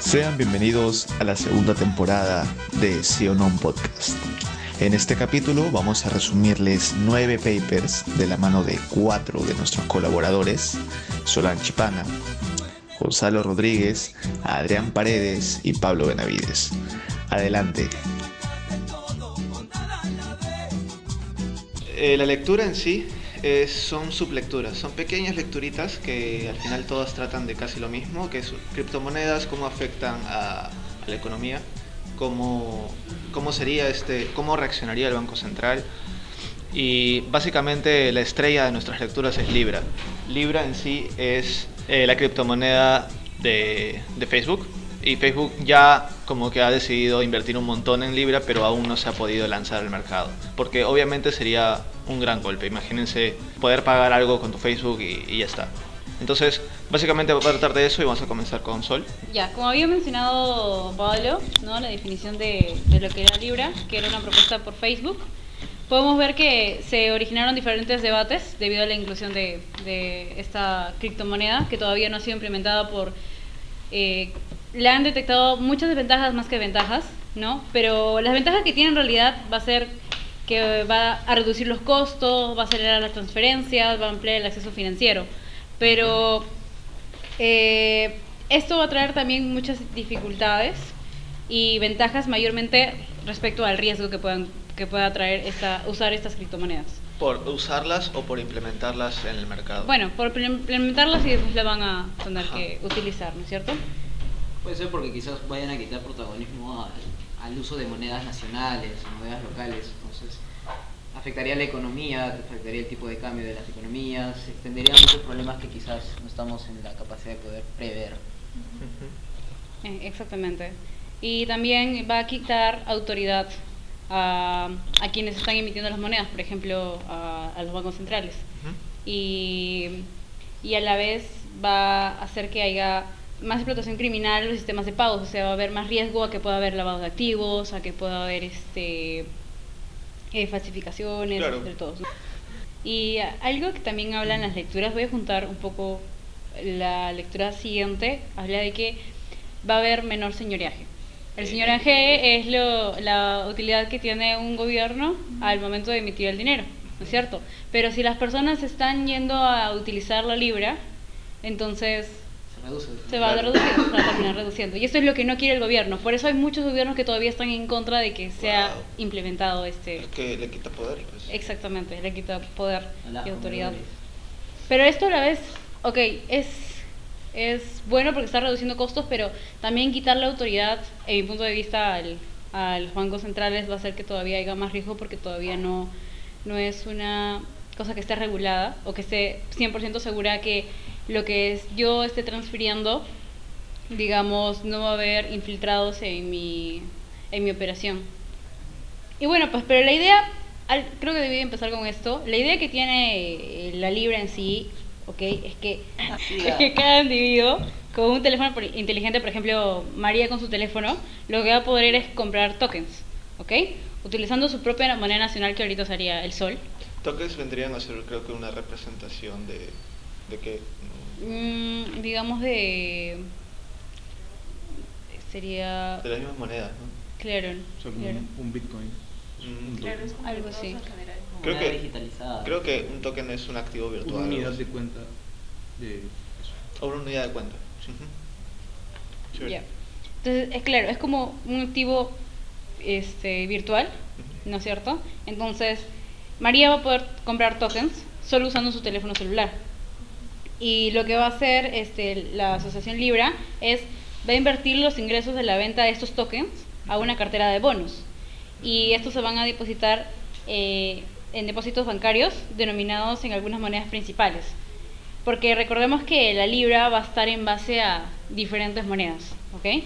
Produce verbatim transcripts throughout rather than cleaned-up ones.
Sean bienvenidos a la segunda temporada de Sí o No Podcast. En este capítulo vamos a resumirles nueve papers de la mano de cuatro de nuestros colaboradores, Solange Pana, Gonzalo Rodríguez, Adrián Paredes y Pablo Benavides. Adelante. Eh, la lectura en sí es, son sublecturas, son pequeñas lecturitas que al final todas tratan de casi lo mismo, que es criptomonedas, cómo afectan a, a la economía, cómo, cómo sería este, cómo reaccionaría el Banco Central. Y básicamente la estrella de nuestras lecturas es Libra. Libra en sí es eh, la criptomoneda de, de Facebook. Y Facebook ya como que ha decidido invertir un montón en Libra, pero aún no se ha podido lanzar al mercado. Porque obviamente sería un gran golpe. Imagínense poder pagar algo con tu Facebook y, y ya está. Entonces, básicamente va a tratar de eso y vamos a comenzar con Sol. Ya, como había mencionado Pablo, ¿no? La definición de, de lo que era Libra, que era una propuesta por Facebook, podemos ver que se originaron diferentes debates debido a la inclusión de, de esta criptomoneda, que todavía no ha sido implementada por... Eh, le han detectado muchas desventajas más que ventajas, ¿no? Pero las ventajas que tiene en realidad va a ser que va a reducir los costos, va a acelerar las transferencias, va a ampliar el acceso financiero. Pero eh, esto va a traer también muchas dificultades y ventajas mayormente respecto al riesgo que puedan que pueda traer esta, usar estas criptomonedas. ¿Por usarlas o por implementarlas en el mercado? Bueno, por implementarlas y después la van a tener Ajá. que utilizar, ¿no es cierto? Puede ser porque quizás vayan a quitar protagonismo al, al uso de monedas nacionales, monedas locales, entonces afectaría la economía, afectaría el tipo de cambio de las economías, se extenderían muchos problemas que quizás no estamos en la capacidad de poder prever. Uh-huh. Eh, exactamente. Y también va a quitar autoridad a, a quienes están emitiendo las monedas, por ejemplo, a, a los bancos centrales. Uh-huh. Y, y a la vez va a hacer que haya más explotación criminal en los sistemas de pagos, o sea, va a haber más riesgo a que pueda haber lavado de activos, a que pueda haber este eh, falsificaciones, claro. entre todos, ¿no? Y algo que también habla en las lecturas, voy a juntar un poco la lectura siguiente, habla de que va a haber menor señoreaje. El señoreaje es lo, la utilidad que tiene un gobierno al momento de emitir el dinero, ¿no es cierto? Pero si las personas están yendo a utilizar la libra, entonces se reduce. Se va claro. a reducir, se va a terminar reduciendo. Y eso es lo que no quiere el gobierno. Por eso hay muchos gobiernos que todavía están en contra de que sea Wow. implementado este... Es que le quita poder, pues. Exactamente, le quita poder y autoridad. Comunidades. Pero esto a la vez, ok, es, es bueno porque está reduciendo costos, pero también quitar la autoridad, en mi punto de vista, al, a los bancos centrales va a hacer que todavía haya más riesgo porque todavía no, no es una cosa que esté regulada o que esté cien por ciento segura que lo que es, yo esté transfiriendo, digamos, no va a haber infiltrados en mi, en mi operación. Y bueno, pues, pero la idea, al, creo que debí empezar con esto, la idea que tiene la Libra en sí, ok, es que, es que cada individuo con un teléfono por, inteligente, por ejemplo, María con su teléfono, lo que va a poder es comprar tokens, ok, utilizando su propia moneda nacional, que ahorita sería el sol. Tokens vendrían a ser, creo que, una representación de, de qué. Mm, digamos de... sería... De las mismas monedas, ¿no? Claro, O sea, como claro. un, un Bitcoin. Mm. Un Claro, es como Algo que así. todos en general. Creo Moneda que- digitalizada. Creo que un token es un activo Una virtual. unidad de cuenta de eso. O una unidad de cuenta. Ujú. Chévere. Ya. Entonces, es claro, es como un activo este, virtual, Ujú. ¿no es cierto? Entonces, María va a poder comprar tokens solo usando su teléfono celular. Y lo que va a hacer este, la Asociación Libra es, va a invertir los ingresos de la venta de estos tokens a una cartera de bonos. Y estos se van a depositar eh, en depósitos bancarios denominados en algunas monedas principales. Porque recordemos que la libra va a estar en base a diferentes monedas, ¿ok?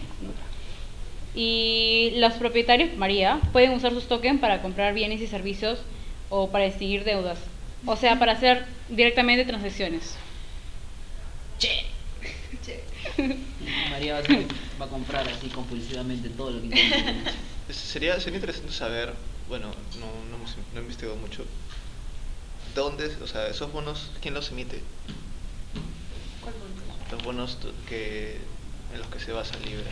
Y los propietarios, María, pueden usar sus tokens para comprar bienes y servicios o para extinguir deudas. O sea, para hacer directamente transacciones. Che. María va a, ser- va a comprar así compulsivamente todo lo que encuentre. Sería, sería interesante saber, bueno, no, no, hemos- no he investigado mucho, dónde, o sea, esos bonos, ¿quién los emite? ¿Cuál bono? Los bonos t- que en los que se basa Libra.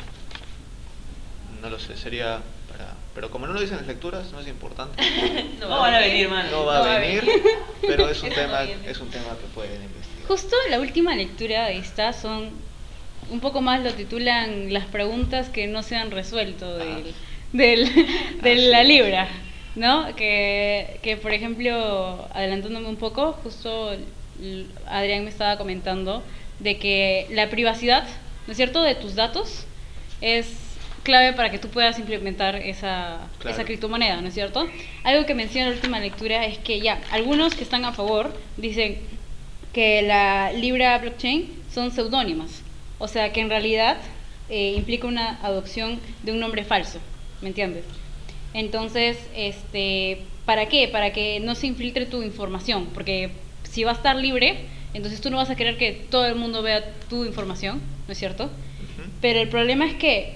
No lo sé, sería para... Pero como no lo dicen las lecturas, no es importante. No, no van a venir, man. No va No a va a venir, venir. pero es un, Eso no tema, viene. es un tema que pueden investigar. Justo la última lectura de esta son un poco más lo titulan las preguntas que no se han resuelto del, del- de Ah, la sí. libra, ¿no? Que, que por ejemplo, adelantándome un poco, justo l- Adrián me estaba comentando de que la privacidad, ¿no es cierto?, de tus datos es clave para que tú puedas implementar esa, Claro. esa criptomoneda, ¿no es cierto? Algo que menciona la última lectura es que ya, algunos que están a favor dicen que la Libra blockchain son seudónimas, o sea que en realidad eh, implica una adopción de un nombre falso, ¿me entiendes? Entonces, este, ¿para qué? Para que no se infiltre tu información, porque si va a estar libre, entonces tú no vas a querer que todo el mundo vea tu información, ¿no es cierto? Ujú. Pero el problema es que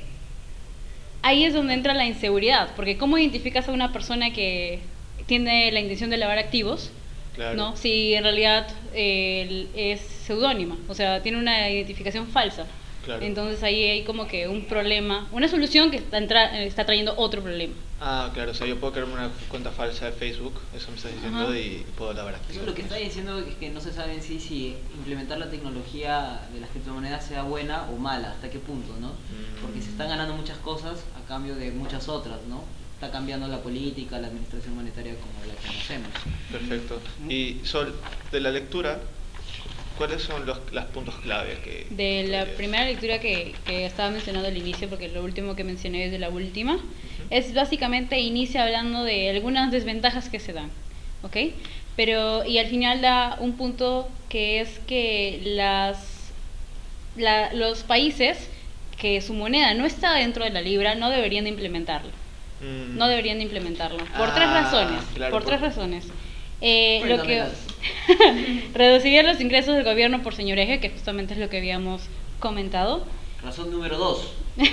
ahí es donde entra la inseguridad, porque ¿cómo identificas a una persona que tiene la intención de lavar activos? Claro. ¿No? Si en realidad eh, es seudónima, o sea, tiene una identificación falsa. Claro. Entonces ahí hay como que un problema, una solución que está, entra- está trayendo otro problema. Ah, claro, o sea, yo puedo crearme una cuenta falsa de Facebook, eso me estás diciendo, Ajá. y puedo lavar Eso activos. lo que está diciendo es que no se sabe en sí si implementar la tecnología de las criptomonedas sea buena o mala, hasta qué punto, ¿no? Mm. Porque se están ganando muchas cosas a cambio de muchas otras, ¿no? Está cambiando la política, la administración monetaria como la conocemos. Perfecto. Y Sol, de la lectura, ¿cuáles son los los puntos clave que... De la podrías- primera lectura que, que estaba mencionando al inicio, porque lo último que mencioné es de la última, es básicamente inicia hablando de algunas desventajas que se dan, ¿ok? Pero, y al final da un punto que es que las, la- los países que su moneda no está dentro de la libra no deberían de implementarla. Mm. No deberían de implementarlo. Por tres Ah, razones. claro, por por- tres razones. Eh, lo que Cuéntamelas. reduciría los ingresos del gobierno por señoreje, que justamente es lo que habíamos comentado. Razón número dos.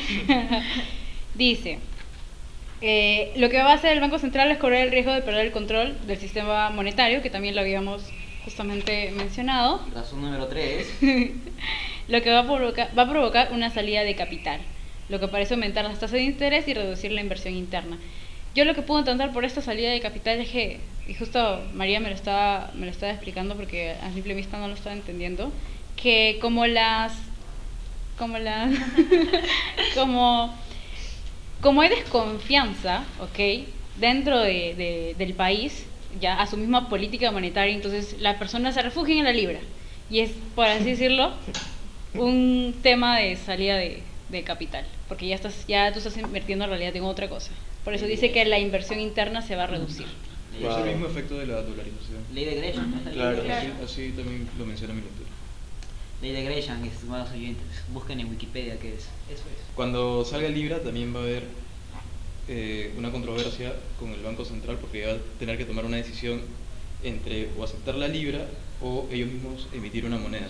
Dice, eh, lo que va a hacer el Banco Central es correr el riesgo de perder el control del sistema monetario, que también lo habíamos justamente mencionado, Razón número tres. lo que va a, provocar, va a provocar una salida de capital, lo que parece aumentar las tasas de interés y reducir la inversión interna. Yo lo que puedo entender por esta salida de capital es que, y justo María me lo estaba, me lo estaba explicando porque a simple vista no lo estaba entendiendo, que como las, como las, como, como hay desconfianza, ¿ok?, dentro de, de- del país, ya a su misma política monetaria, entonces las personas se refugian en la libra. Y es, por así decirlo, un tema de salida de, de capital, porque ya estás, ya tú estás invirtiendo en realidad en otra cosa. Por eso dice que la inversión interna se va a reducir. Ley, Es Wow. el mismo efecto de la dolarización. ley de Gresham, ¿no? Es la ley Claro. de Gresham. Así, así también lo menciona mi lectura. Ley de Gresham, estimados oyentes. Busquen en Wikipedia qué es. Eso es. Cuando salga Libra también va a haber eh, una controversia con el Banco Central porque va a tener que tomar una decisión entre o aceptar la Libra o ellos mismos emitir una moneda.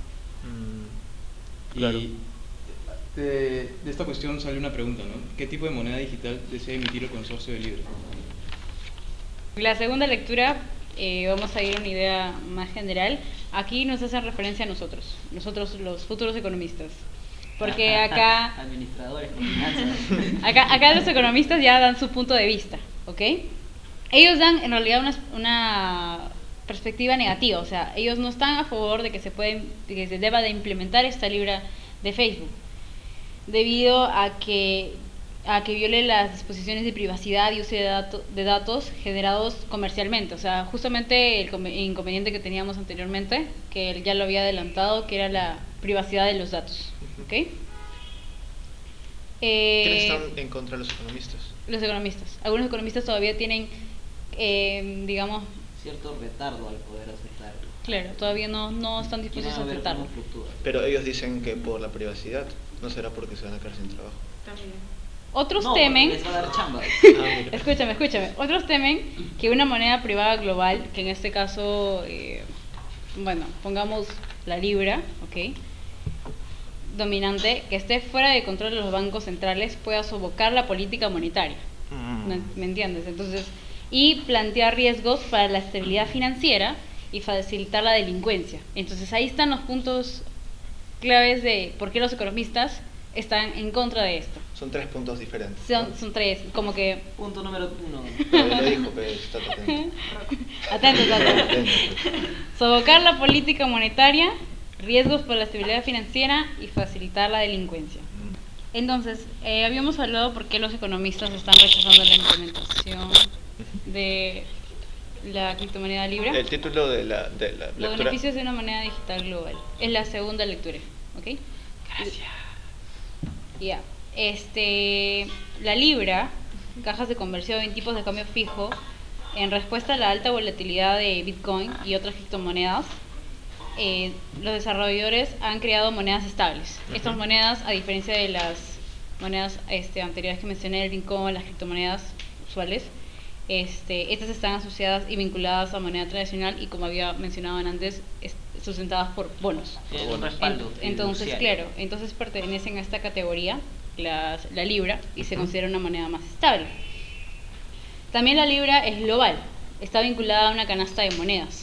Mm, claro. Y de, de esta cuestión sale una pregunta, ¿no? ¿Qué tipo de moneda digital desea emitir el consorcio de Libra? La segunda lectura, eh, vamos a ir a una idea más general. Aquí nos hacen referencia a nosotros, nosotros los futuros economistas. Porque acá, Administradores con finanzas. acá, acá los economistas ya dan su punto de vista, ¿ok? Ellos dan en realidad una, una perspectiva negativa, o sea, ellos no están a favor de que se, puede, de que se deba de implementar esta libra de Facebook, debido a que a que viole las disposiciones de privacidad y uso de, dato- de datos generados comercialmente. O sea, justamente el come- inconveniente que teníamos anteriormente, que él ya lo había adelantado, que era la privacidad de los datos. ¿Ok? ¿Quiénes Eh, están en contra de los economistas? los economistas. Algunos economistas todavía tienen, eh, digamos, Cierto retardo al poder aceptarlo. claro, todavía no, no están dispuestos a Quieren ver aceptarlo. cómo fluctúa. Pero ellos dicen que por la privacidad, no será porque se van a quedar sin trabajo. Otros No, temen... les va a dar chamba. Ah, mira. Escúchame, escúchame. Otros temen que una moneda privada global, que en este caso, eh, bueno, pongamos la libra, ¿ok? Dominante, que esté fuera de control de los bancos centrales, pueda sofocar la política monetaria. Mm. ¿Me, me entiendes? Entonces, y plantear riesgos para la estabilidad financiera y facilitar la delincuencia. Entonces, ahí están los puntos claves de por qué los economistas están en contra de esto. Son tres puntos diferentes. Son, ¿no? son tres, como que... Punto número uno. Pero lo dijo, pero está atento. Atento, atento. Atento. Sofocar la política monetaria, riesgos para la estabilidad financiera y facilitar la delincuencia. Entonces, eh, habíamos hablado por qué los economistas están rechazando la implementación de la criptomoneda Libra. El título de la, de la Los lectura. beneficios de una moneda digital global. Es la segunda lectura, ¿ok? Gracias. Ya. Este, la Libra, cajas de conversión en tipos de cambio fijo, en respuesta a la alta volatilidad de Bitcoin y otras criptomonedas, eh, los desarrolladores han creado monedas estables. Estas monedas, a diferencia de las monedas este, anteriores que mencioné, el Bitcoin, las criptomonedas usuales, este, estas están asociadas y vinculadas a moneda tradicional y, como había mencionado antes, es- sustentadas por bonos. Tiene un En- respaldo. entonces, fiduciario. claro, entonces pertenecen a esta categoría, las- la libra, y se considera una moneda más estable. También la libra es global, está vinculada a una canasta de monedas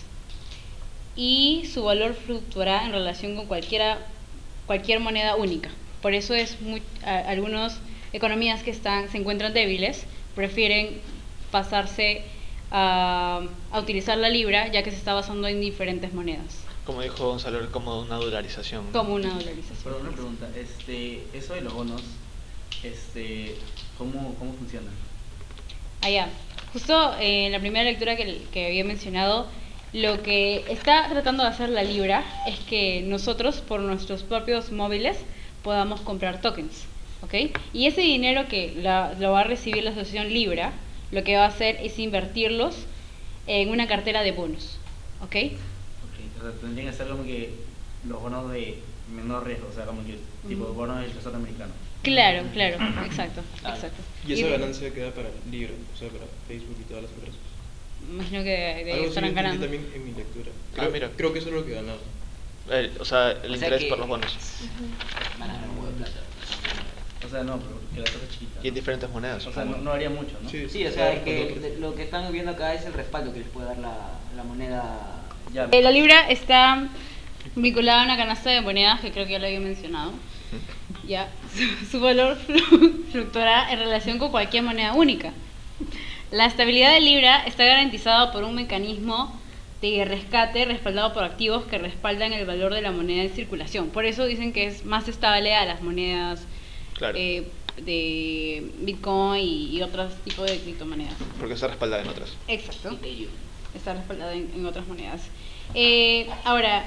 y su valor fluctuará en relación con cualquiera, cualquier moneda única. Por eso es muy, a- algunas economías que están, se encuentran débiles prefieren pasarse a, a utilizar la libra, ya que se está basando en diferentes monedas, Como dijo Gonzalo, es como una dolarización. ¿no? como una dolarización. Pero una pregunta, este, eso de los bonos, este, ¿cómo, cómo funciona? Allá. Justo eh, en la primera lectura que, que había mencionado, lo que está tratando de hacer la Libra es que nosotros, por nuestros propios móviles, podamos comprar tokens, ¿ok? Y ese dinero que la- lo va a recibir la asociación Libra, lo que va a hacer es invertirlos en una cartera de bonos, ¿ok? Ok, o sea, tendrían que ser como que los bonos de menor riesgo, o sea, como que tipo Ujú. bonos del Tesoro americano. Claro, claro, exacto, Claro. exacto. Y esa de- ganancia queda para Libra, o sea, para Facebook y todas las empresas. Imagino que de, de Algo así estarán entendí ganando. también en mi lectura. Ah, Creo, mira. creo que eso es lo que ganaba. El- o sea, el O sea interés que- por los bonos. Van a ganar un huevo de plata. O sea, no, pero que la cosa es chiquita. Y en diferentes monedas. O sea, no, supongo. no haría mucho, ¿no? Sí, Sí, o sí, sea, con que otros. de- lo que están viendo acá es el respaldo que les puede dar la, la moneda. Ya. Eh, la libra está vinculada a una canasta de monedas que creo que ya lo había mencionado. Ya, su, su valor flu- fluctuará en relación con cualquier moneda única. La estabilidad de Libra está garantizada por un mecanismo de rescate respaldado por activos que respaldan el valor de la moneda en circulación. Por eso dicen que es más estable a las monedas Claro. eh, de Bitcoin y, y otros tipos de criptomonedas. Porque está respaldada en otras. Exacto. Ethereum. Está respaldada en, en otras monedas. Eh, ahora,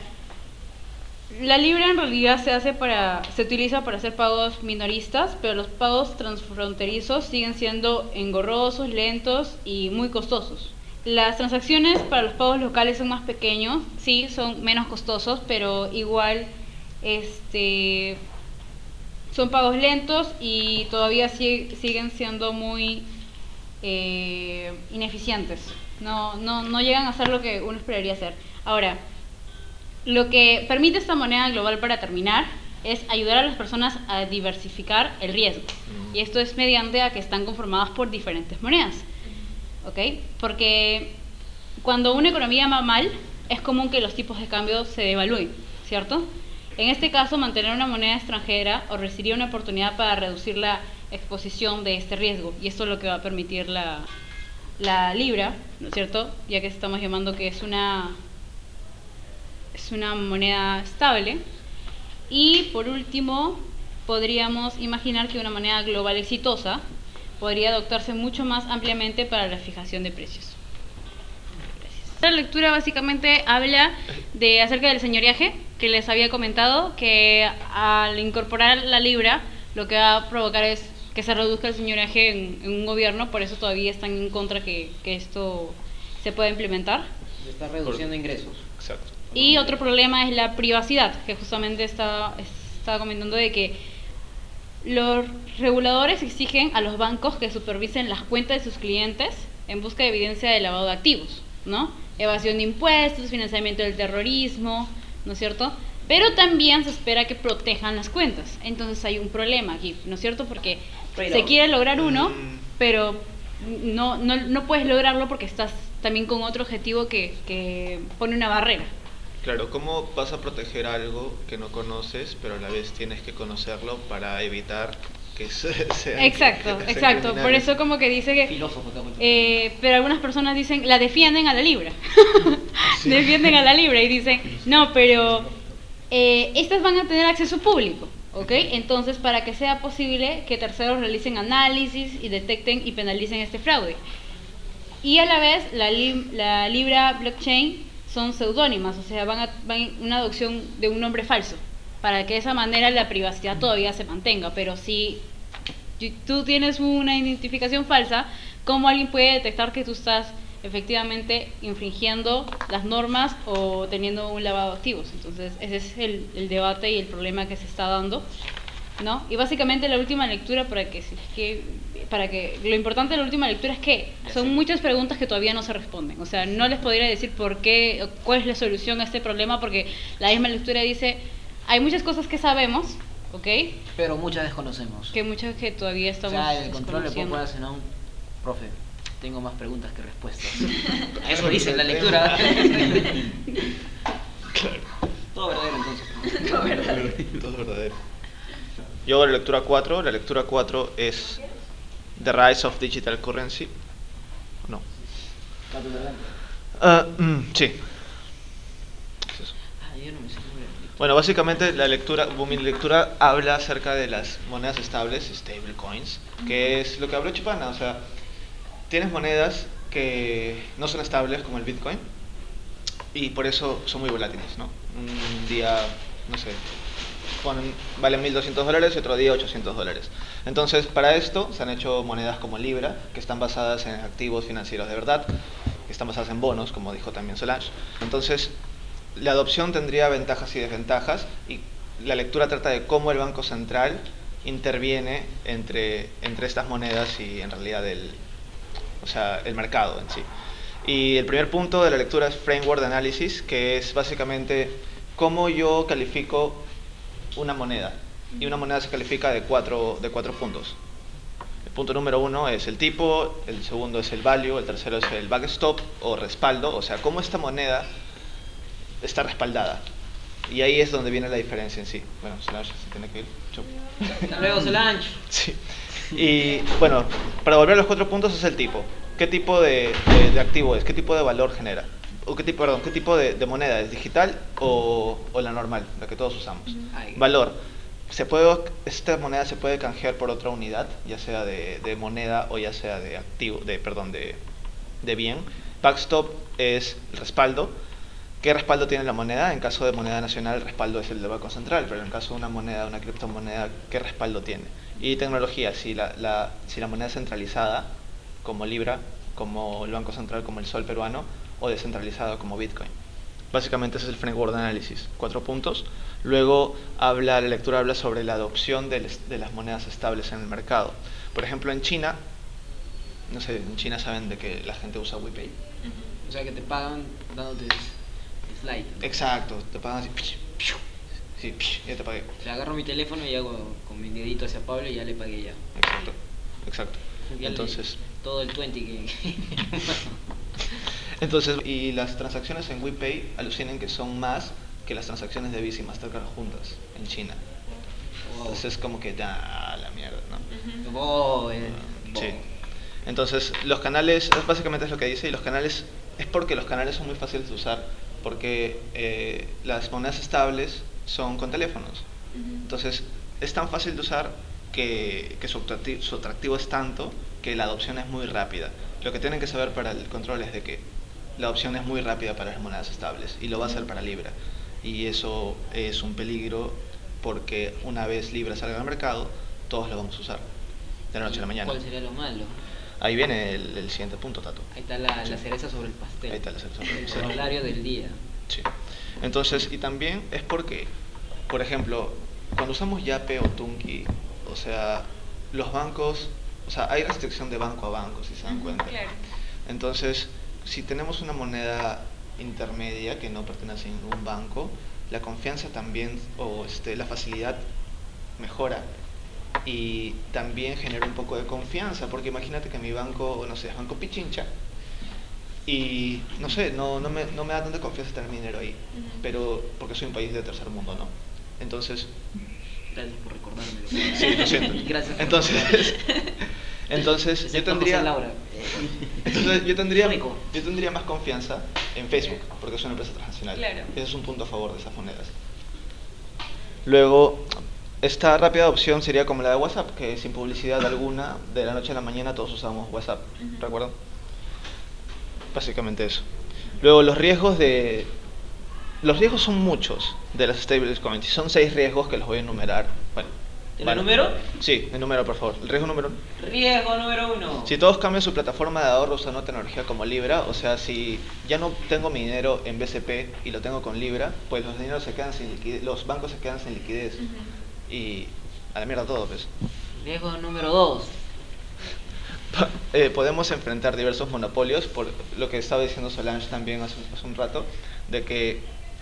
la libra en realidad se hace para, se utiliza para hacer pagos minoristas, pero los pagos transfronterizos siguen siendo engorrosos, lentos y muy costosos. Las transacciones para los pagos locales son más pequeños, sí, son menos costosos, pero igual, este, son pagos lentos y todavía sig- siguen siendo muy eh, ineficientes. No, no, no llegan a hacer lo que uno esperaría hacer. Ahora, lo que permite esta moneda global, para terminar, es ayudar a las personas a diversificar el riesgo. Y esto es mediante a que están conformadas por diferentes monedas. ¿Ok? Porque cuando una economía va mal, es común que los tipos de cambio se devalúen, ¿cierto? En este caso, mantener una moneda extranjera ofrecería una oportunidad para reducir la exposición de este riesgo. Y esto es lo que va a permitir la, la libra, ¿no es cierto? Ya que estamos llamando que es una, es una moneda estable. Y por último, podríamos imaginar que una moneda global exitosa podría adoptarse mucho más ampliamente para la fijación de precios. Esta lectura básicamente habla de acerca del señoreaje que les había comentado, que al incorporar la libra lo que va a provocar es que se reduzca el señoreaje en, en un gobierno, por eso todavía están en contra que, que esto se pueda implementar. Se está reduciendo ingresos. Exacto. Y otro problema es la privacidad, que justamente estaba, estaba comentando de que los reguladores exigen a los bancos que supervisen las cuentas de sus clientes en busca de evidencia de lavado de activos, ¿no? Evasión de impuestos, financiamiento del terrorismo, ¿no es cierto? Pero también se espera que protejan las cuentas. Entonces hay un problema aquí, ¿no es cierto? Porque Pero- se quiere lograr uno, Mm. pero no, no, no puedes lograrlo porque estás también con otro objetivo que, que pone una barrera. Claro, ¿cómo vas a proteger algo que no conoces, pero a la vez tienes que conocerlo para evitar que se- sean Exacto, que sean exacto. Por criminales? eso como que dice que... Filósofo, te Eh, pero algunas personas dicen, la defienden a la libra. Defienden a la libra y dicen, no, pero eh, estas van a tener acceso público, ¿ok? Entonces, para que sea posible que terceros realicen análisis y detecten y penalicen este fraude. Y a la vez, la, li- la libra blockchain son seudónimas, o sea, van a van una adopción de un nombre falso, para que de esa manera la privacidad todavía se mantenga. Pero si y tú tienes una identificación falsa, ¿cómo alguien puede detectar que tú estás efectivamente infringiendo las normas o teniendo un lavado de activos? Entonces, ese es el, el debate y el problema que se está dando, ¿no? Y básicamente la última lectura, para que, si es que, para que lo importante de la última lectura es que son muchas preguntas que todavía no se responden. O sea, no les podría decir por qué, o cuál es la solución a este problema, porque la misma lectura dice, hay muchas cosas que sabemos, ¿ok? Pero muchas desconocemos. Que muchas que todavía O estamos sea, el control le puede desconociendo. hacer a un profe. Tengo más preguntas que respuestas. Eso dice en la lectura. Todo verdadero entonces. Todo verdadero. Todo es verdadero. Yo hago la lectura cuatro. La lectura cuatro es The Rise of Digital Currency. No. Ah, mm, sí. Es eso. Ah, yo no me sé cómo era. Bueno, básicamente la lectura, mi lectura habla acerca de las monedas estables, stablecoins, que es lo que habló Chupana. O sea, tienes monedas que no son estables como el Bitcoin y por eso son muy volátiles, ¿no? Un día, no sé, ponen, valen mil doscientos dólares y otro día ochocientos dólares. Entonces, para esto se han hecho monedas como Libra, que están basadas en activos financieros de verdad, que están basadas en bonos, como dijo también Solange. Entonces, la adopción tendría ventajas y desventajas y la lectura trata de cómo el Banco Central interviene entre, entre estas monedas y en realidad el, o sea, el mercado en sí. Y el primer punto de la lectura es Framework de Análisis, que es básicamente cómo yo califico una moneda. Y una moneda se califica de cuatro, de cuatro puntos. El punto número uno es el tipo, el segundo es el value, el tercero es el backstop o respaldo, o sea, cómo esta moneda está respaldada. Y ahí es donde viene la diferencia en sí. Bueno, Solange se tiene que ir. Chau. Hasta luego, Solange. Sí. Y bueno, para volver a los cuatro puntos es el tipo. ¿Qué tipo de, de, de activo es? ¿Qué tipo de valor genera? O qué tipo, perdón, ¿qué tipo de, de moneda? ¿Es digital o, o la normal, la que todos usamos? Ay. Valor. Se puede, esta moneda se puede canjear por otra unidad, ya sea de, de moneda o ya sea de activo, de perdón, de, de bien. Backstop es el respaldo. ¿Qué respaldo tiene la moneda? En caso de moneda nacional, el respaldo es el del Banco Central, pero en caso de una moneda, una criptomoneda, ¿qué respaldo tiene? Y tecnología, si la, la, si la moneda es centralizada, como Libra, como el Banco Central, como el Sol peruano, o descentralizada, como Bitcoin. Básicamente ese es el framework de análisis, cuatro puntos. Luego habla, la lectura habla sobre la adopción de, les, de las monedas estables en el mercado. Por ejemplo, en China, no sé, en China saben de que la gente usa WePay. O sea, que te pagan dándote slide. Exacto, te pagan así, sí, ya te pagué. O sea, agarro mi teléfono y hago con mi dedito hacia Pablo y ya le pagué ya. Exacto, exacto. Ya Entonces, le, todo el veinte que... entonces, y las transacciones en WePay alucinen que son más que las transacciones de Visa y Mastercard juntas en China. Wow. Entonces es como que da la mierda, ¿no? Wow, eh, wow. Sí. Entonces, los canales, básicamente es lo que dice, y los canales, es porque los canales son muy fáciles de usar, porque eh, las monedas estables son con teléfonos. Entonces, es tan fácil de usar que, que su, atractivo, su atractivo es tanto que la adopción es muy rápida. Lo que tienen que saber para el control es de que la adopción es muy rápida para las monedas estables, y lo va a ser para Libra. Y eso es un peligro porque una vez Libra salga al mercado, todos lo vamos a usar, de la noche a la mañana. ¿Cuál sería lo malo? Ahí viene el, el siguiente punto, Tato. Ahí está la, la cereza sobre el pastel. Ahí está la cereza sobre el El pastel. corolario del día. Sí. Entonces, y también es porque, por ejemplo, cuando usamos Yape o Tunki, o sea, los bancos, o sea, hay restricción de banco a banco, si se dan cuenta. Claro. Entonces, si tenemos una moneda intermedia que no pertenece a ningún banco, la confianza también, o este, la facilidad mejora. Y también genera un poco de confianza, porque imagínate que mi banco, no sé, es Banco Pichincha, Y no sé, no, no, me, no me da tanta confianza tener mi dinero ahí, Ujú. pero porque soy un país de tercer mundo, ¿no? Entonces, Gracias por recordármelo. sí, lo siento. Gracias por Entonces, entonces yo Excepto tendría, José Laura. entonces yo tendría, Rico. yo tendría más confianza en Facebook, porque es una empresa transnacional. Claro. Ese es un punto a favor de esas monedas. Luego, esta rápida opción sería como la de WhatsApp, que sin publicidad alguna, de la noche a la mañana todos usamos WhatsApp, Ujú. ¿recuerdan? Básicamente eso. Luego, los riesgos de... Los riesgos son muchos de las stablecoins. Son seis riesgos que los voy a enumerar. Bueno, ¿Te lo vale. enumero? Sí, enumero, por favor. El riesgo número uno. Riesgo número uno. Si todos cambian su plataforma de ahorro usando tecnología como Libra, o sea, si ya no tengo mi dinero en B C P y lo tengo con Libra, pues los dineros se quedan sin liquidez, los bancos se quedan sin liquidez. Ujú. Y a la mierda todo, pues. Riesgo número dos. Eh, podemos enfrentar diversos monopolios, por lo que estaba diciendo Solange también hace, hace un rato, de que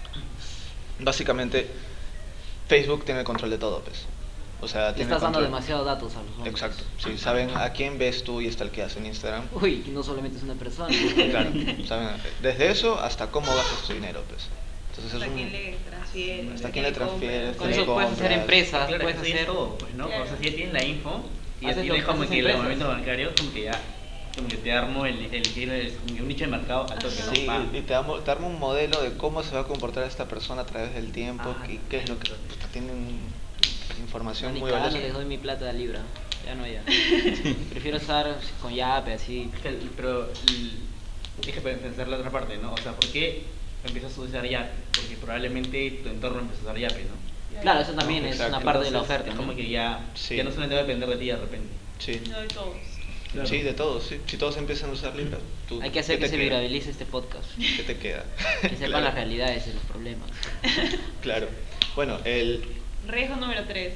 básicamente Facebook tiene el control de todo, pues. O sea, Le tiene estás dando control. demasiados datos a los hombres. Exacto. Si saben a quién ves tú y stalkeas en Instagram. Uy, no solamente es una persona. Claro, saben, desde eso hasta cómo gastas tu dinero, pues. Entonces ¿Hasta es un... quién le transfieres? ¿Hasta quién le transfieres? Con ¿Qué eso puedes hacer compras? empresas, Claro, puedes eso ya es hacer... todo, pues, ¿no? Claro. O sea, si ya tienes la info y ya Haces tienes lo- como haces que el empresas. movimiento bancario, como que ya, como que te armo el, el, el, el- como que un nicho de mercado al toque, ¿no? Sí, Pam. y te armo, te armo un modelo de cómo se va a comportar esta persona a través del tiempo, Ah, y qué es lo que... claro. puta, tienen información Ni muy cagando valiosa. les doy mi plata de Libra. Ya no, ya. Prefiero usar con Yape, así. Es que, Pero l- tienes que pensar la otra parte, ¿no? O sea, ¿por qué empiezas a usar Yape? Porque probablemente tu entorno empieza a usar Yape, ¿no? Claro, eso también No, es exacto. una parte de la Entonces, oferta, Es ¿no? como que ya, Sí. ya no solamente va a depender de ti de repente. Sí. No de todos. Claro. Sí, de todos, sí. Si todos empiezan a usar Libra, tú, Hay que hacer ¿qué que te se queda? viralice este podcast. ¿Qué te queda? Que sepan Claro. las realidades de los problemas. Claro. Bueno, el... Riesgo número tres.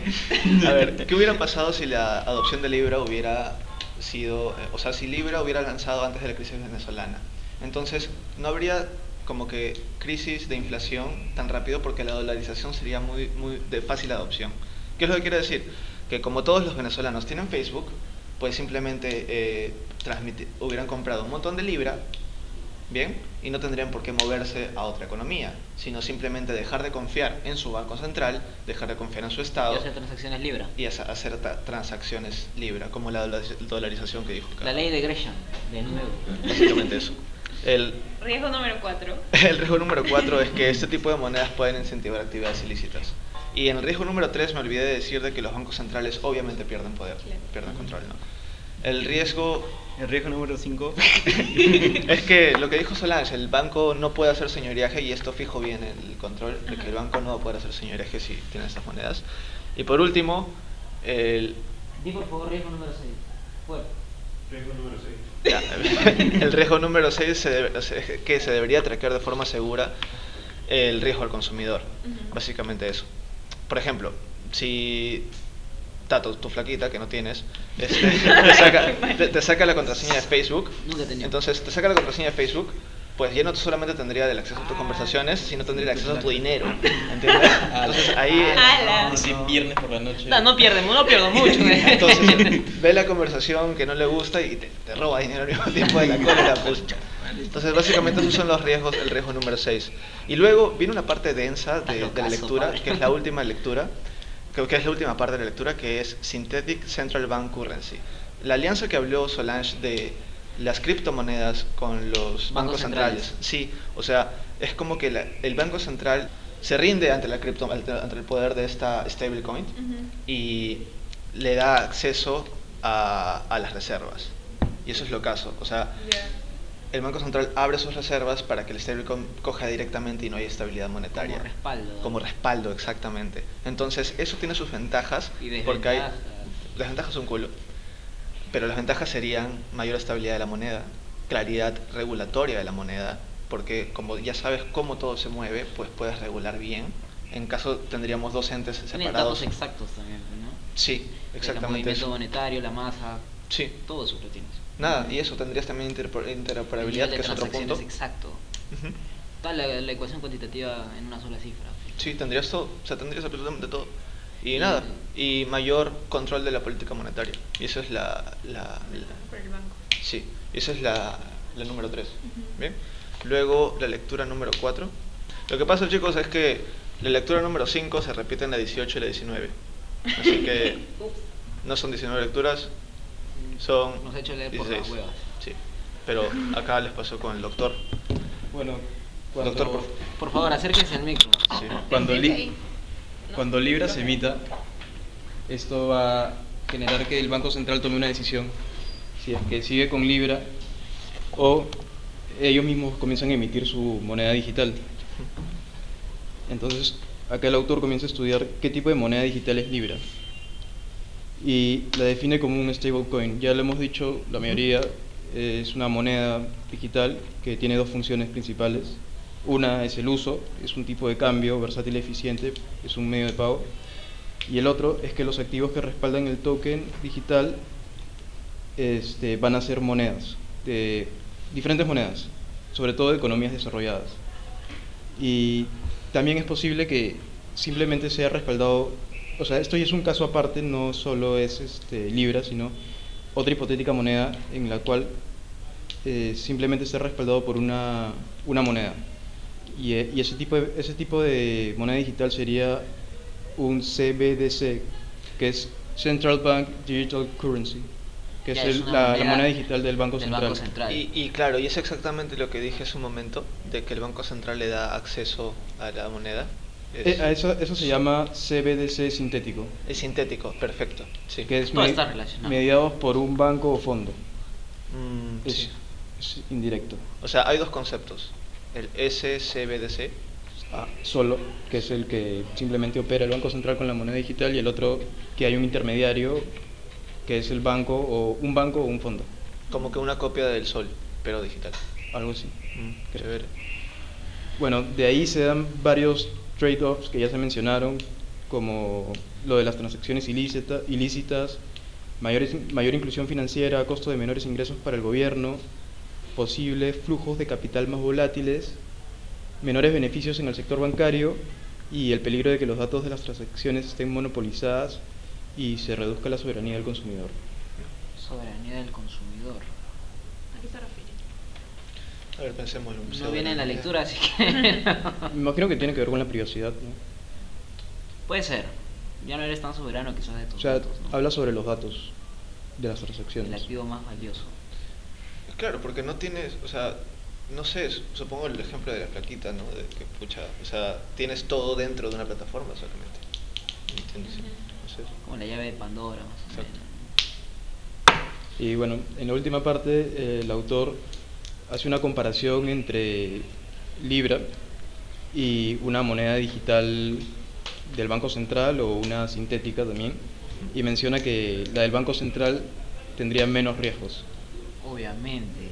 A ver, ¿qué hubiera pasado si la adopción de Libra hubiera sido, eh, o sea, si Libra hubiera lanzado antes de la crisis venezolana? Entonces, no habría como que crisis de inflación tan rápido porque la dolarización sería muy, muy de fácil adopción. ¿Qué es lo que quiere decir? Que como todos los venezolanos tienen Facebook, pues simplemente eh, transmiti- hubieran comprado un montón de Libra, ¿bien? Y no tendrían por qué moverse a otra economía, sino simplemente dejar de confiar en su banco central, dejar de confiar en su Estado Y hacer transacciones Libra. y hace- hacer ta- transacciones Libra, como la dola- dolarización que dijo. La ley de Gresham, de nuevo. Básicamente eso. El, Riesgo número cuatro. el riesgo número cuatro es que este tipo de monedas pueden incentivar actividades ilícitas. Y en el riesgo número tres me olvidé de decir de que los bancos centrales obviamente pierden poder, Claro. pierden control, ¿no? El riesgo El riesgo número cinco. es que lo que dijo Solange, el banco no puede hacer señoriaje y esto fijo bien el control de que el banco no va a poder hacer señoriaje si tiene estas monedas. Y por último, el, Di por favor riesgo número seis. Fuerte. ya, el riesgo número seis es que se debería traquear de forma segura el riesgo al consumidor. Ujú. Básicamente eso. Por ejemplo, si Tato, tu flaquita que no tienes, este, te, saca, te, te saca la contraseña de Facebook, Nunca he tenido. entonces te saca la contraseña de Facebook, pues ya no solamente tendría el acceso a tus conversaciones, sino tendría el acceso a tu dinero, ¿entiendes? Entonces ahí... ¡Hala! Y si viernes por la noche. No, no pierde, no pierdo mucho. Entonces ve la conversación que no le gusta y te, te roba dinero al mismo tiempo de la cólera, pues. Entonces básicamente esos son los riesgos, el riesgo número seis. Y luego viene una parte densa de, de la locazo, lectura, padre. que es la última lectura, creo que es la última parte de la lectura, que es Synthetic Central Bank Currency. La alianza que habló Solange de las criptomonedas con los bancos, Bancos centrales. centrales. Sí, o sea, es como que la- el banco central se rinde ante la cripto, ante, ante el poder de esta stablecoin Ujú. y le da acceso a, a las reservas. Y eso es lo caso. O sea, Ya. el Banco Central abre sus reservas para que el stablecoin coja directamente y no haya estabilidad monetaria. Como respaldo. Como respaldo, exactamente. Entonces, eso tiene sus ventajas, Y porque hay... desventajas. Las ventajas son culo. Pero las ventajas serían mayor estabilidad de la moneda, claridad regulatoria de la moneda, porque como ya sabes cómo todo se mueve, pues puedes regular bien. En caso tendríamos dos entes Tienen separados. datos exactos también, ¿no? Sí, El exactamente movimiento eso. monetario, la masa, Sí, todo eso lo tienes. nada, y eso tendrías también interpo- El interoperabilidad, nivel de que es otro punto. transacciones exacto. Ujú. Toda la, la ecuación cuantitativa en una sola cifra. Sí, tendrías todo, o sea, tendrías absolutamente todo. Y Y- nada, y mayor control de la política monetaria. Y eso es la, la, la- Por el banco. sí, esa es la, la número tres. Bien. Luego la lectura número cuatro. Lo que pasa, chicos, es que la lectura número cinco se repite en la dieciocho y la diecinueve. Así que no son diecinueve lecturas, son Nos ha hecho leer por las dieciséis. huevas. Sí. Pero acá les pasó con el doctor. Bueno, cuando, Doctor, por, Por favor, acérquense al micro. sí. cuando, li- Ahí. No. cuando Libra se emita, esto va a generar que el Banco Central tome una decisión, si es que sigue con Libra o ellos mismos comienzan a emitir su moneda digital. Entonces, acá el autor comienza a estudiar qué tipo de moneda digital es Libra y la define como un stablecoin. Ya lo hemos dicho, la mayoría eh, es una moneda digital que tiene dos funciones principales. Una es el uso, es un tipo de cambio versátil y eficiente, es un medio de pago. Y el otro es que los activos que respaldan el token digital este, van a ser monedas, de diferentes monedas, sobre todo de economías desarrolladas. Y también es posible que simplemente sea respaldado, o sea, esto ya es un caso aparte, no solo es este, Libra, sino otra hipotética moneda en la cual eh, simplemente sea respaldado por una, una moneda. Y, eh, y ese, tipo de, ese tipo de moneda digital sería un C B D C, que es Central Bank Digital Currency, que Ya, es, es el- una la, la moneda moneda digital del Banco del Central. Banco Central. Y, y claro, y es exactamente lo que dije hace un momento, de que el Banco Central le da acceso a la moneda. Es, Eh, a eso, eso se llama C B D C sintético, es sintético, perfecto. Sí. que es Todo me- está relacionado. mediados por un banco o fondo. Mm, Es, sí. es indirecto. O sea, hay dos conceptos. El S C B D C, Ah, solo, que es el que simplemente opera el Banco Central con la moneda digital, y el otro que hay un intermediario, que es el banco o un banco o un fondo, como que una copia del sol, pero digital. algo así. Mm, Creo. chévere. Bueno, de ahí se dan varios trade-offs que ya se mencionaron, como lo de las transacciones ilícita- ilícitas, mayores, mayor inclusión financiera, costo de menores ingresos para el gobierno, posibles flujos de capital más volátiles, menores beneficios en el sector bancario y el peligro de que los datos de las transacciones estén monopolizadas y se reduzca la soberanía del consumidor. Soberanía del consumidor. ¿A qué se refiere? A ver, pensemos. No viene en la lectura, así que... Me imagino que tiene que ver con la privacidad, ¿no? Puede ser. Ya no eres tan soberano quizás de tus O sea, datos, ¿no? habla sobre los datos de las El transacciones. activo más valioso. Claro, porque no tienes, o sea, no sé, supongo el ejemplo de la plaquita, ¿no? De que, pucha, o sea, tienes todo dentro de una plataforma solamente. ¿Entiendes? No sé. Como la llave de Pandora, más o Exacto. menos. Y bueno, en la última parte eh, el autor hace una comparación entre Libra y una moneda digital del Banco Central o una sintética también, y menciona que la del Banco Central tendría menos riesgos. Obviamente.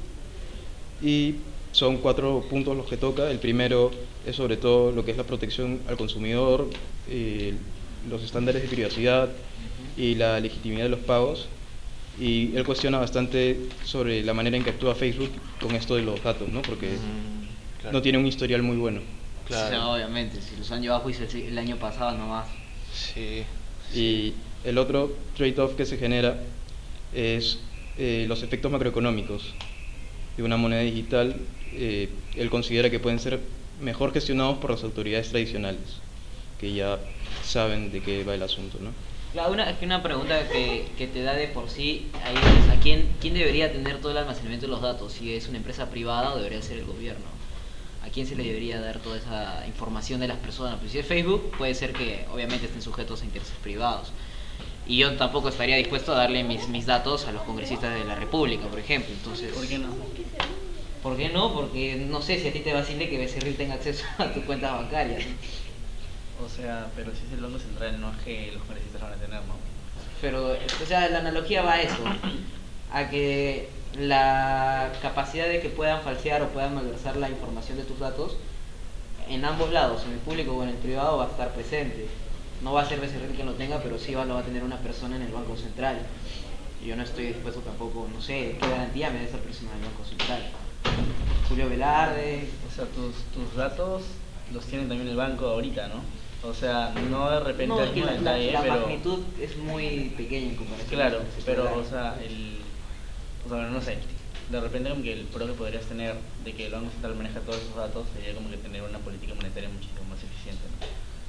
Y son cuatro puntos los que toca. El primero es sobre todo lo que es la protección al consumidor, eh, los estándares de privacidad y la legitimidad de los pagos. Y él cuestiona bastante sobre la manera en que actúa Facebook con esto de los datos, ¿no? Porque Mm, claro. no tiene un historial muy bueno. Claro. Sí, obviamente, si los han llevado a juicio el, el año pasado nomás. Sí. Y el otro trade-off que se genera es eh, los efectos macroeconómicos de una moneda digital. Eh, él considera que pueden ser mejor gestionados por las autoridades tradicionales, que ya saben de qué va el asunto, ¿no? Claro, una, es que una pregunta que, que te da de por sí ahí es ¿a quién, quién debería tener todo el almacenamiento de los datos? Si es una empresa privada o debería ser el gobierno. ¿A quién se le debería dar toda esa información de las personas? Pues si es Facebook, puede ser que obviamente estén sujetos a intereses privados. Y yo tampoco estaría dispuesto a darle mis, mis datos a los congresistas de la República, por ejemplo. Entonces, ¿Por qué no? ¿Por qué no? Porque no sé si a ti te vacile que Becerril tenga acceso a tus cuentas bancarias. O sea, pero si es el Banco Central, no es que los congresistas lo van a tener, ¿no? Pero, o sea, la analogía va a eso, a que la capacidad de que puedan falsear o puedan malversar la información de tus datos, en ambos lados, en el público o en el privado, va a estar presente. No va a ser Becerril quien lo tenga, pero sí va, lo va a tener una persona en el Banco Central. Y yo no estoy dispuesto tampoco, no sé, qué garantía me da esa persona en el Banco Central. Julio Velarde. O sea, tus, tus datos los tiene también el banco ahorita, ¿no? O sea, no de repente No, al es que mismo la, la- detalle, la pero... magnitud es muy pequeña en comparación. Claro, con el sector pero, bancario. o sea, el... O sea, no sé. de repente como que el pro que podrías tener de que el Banco Central maneja todos esos datos sería como que tener una política monetaria muchísimo más eficiente, ¿no?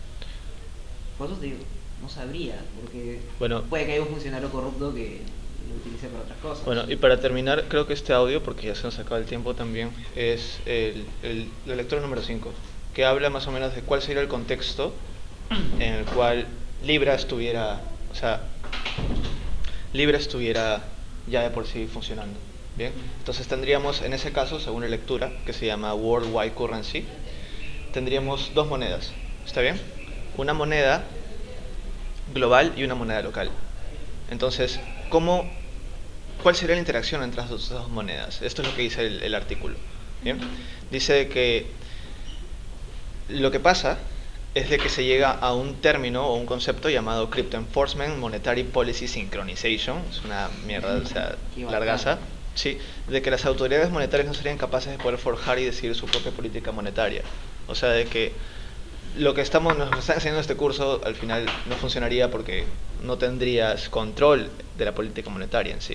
Por eso te digo, no sabría, porque Bueno. puede que haya un funcionario corrupto que lo utilice para otras cosas. Bueno, y para terminar, creo que este audio, porque ya se nos acaba el tiempo también, es el, el, la lectura número cinco, que habla más o menos de cuál sería el contexto en el cual Libra estuviera, o sea, Libra estuviera ya de por sí funcionando. Bien, entonces tendríamos en ese caso, según la lectura, que se llama Worldwide Currency, tendríamos dos monedas, ¿está bien? Una moneda global y una moneda local. Entonces, ¿cómo, ¿cuál sería la interacción entre las dos, dos monedas? Esto es lo que dice el, el artículo. ¿Bien? Dice que lo que pasa es de que se llega a un término o un concepto llamado Crypto Enforcement Monetary Policy Synchronization. Es una mierda, o sea, largaza. Sí, de que las autoridades monetarias no serían capaces de poder forjar y decidir su propia política monetaria. O sea, de que lo que estamos nos están enseñando en este curso al final no funcionaría porque no tendrías control de la política monetaria en sí.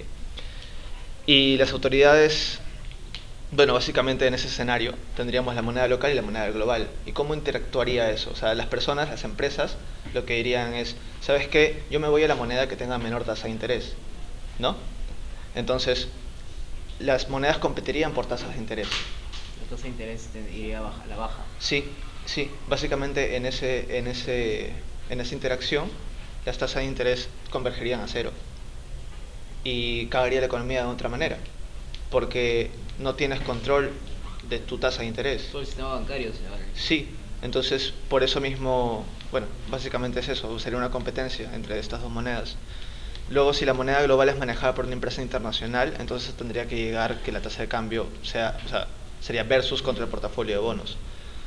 Y las autoridades, bueno, básicamente en ese escenario tendríamos la moneda local y la moneda global. ¿Y cómo interactuaría eso? O sea, las personas, las empresas, lo que dirían es, ¿sabes qué? Yo me voy a la moneda que tenga menor tasa de interés, ¿no? Entonces, las monedas competirían por tasas de interés. La tasa de interés iría a la baja. Sí, sí, básicamente en ese, en ese, en esa interacción las tasas de interés convergerían a cero y cagaría la economía de otra manera, porque no tienes control de tu tasa de interés. Todo el sistema bancario se va. Sí, entonces por eso mismo, bueno, básicamente es eso, sería una competencia entre estas dos monedas. Luego, si la moneda global es manejada por una empresa internacional, entonces tendría que llegar que la tasa de cambio sea, o sea, sería versus contra el portafolio de bonos.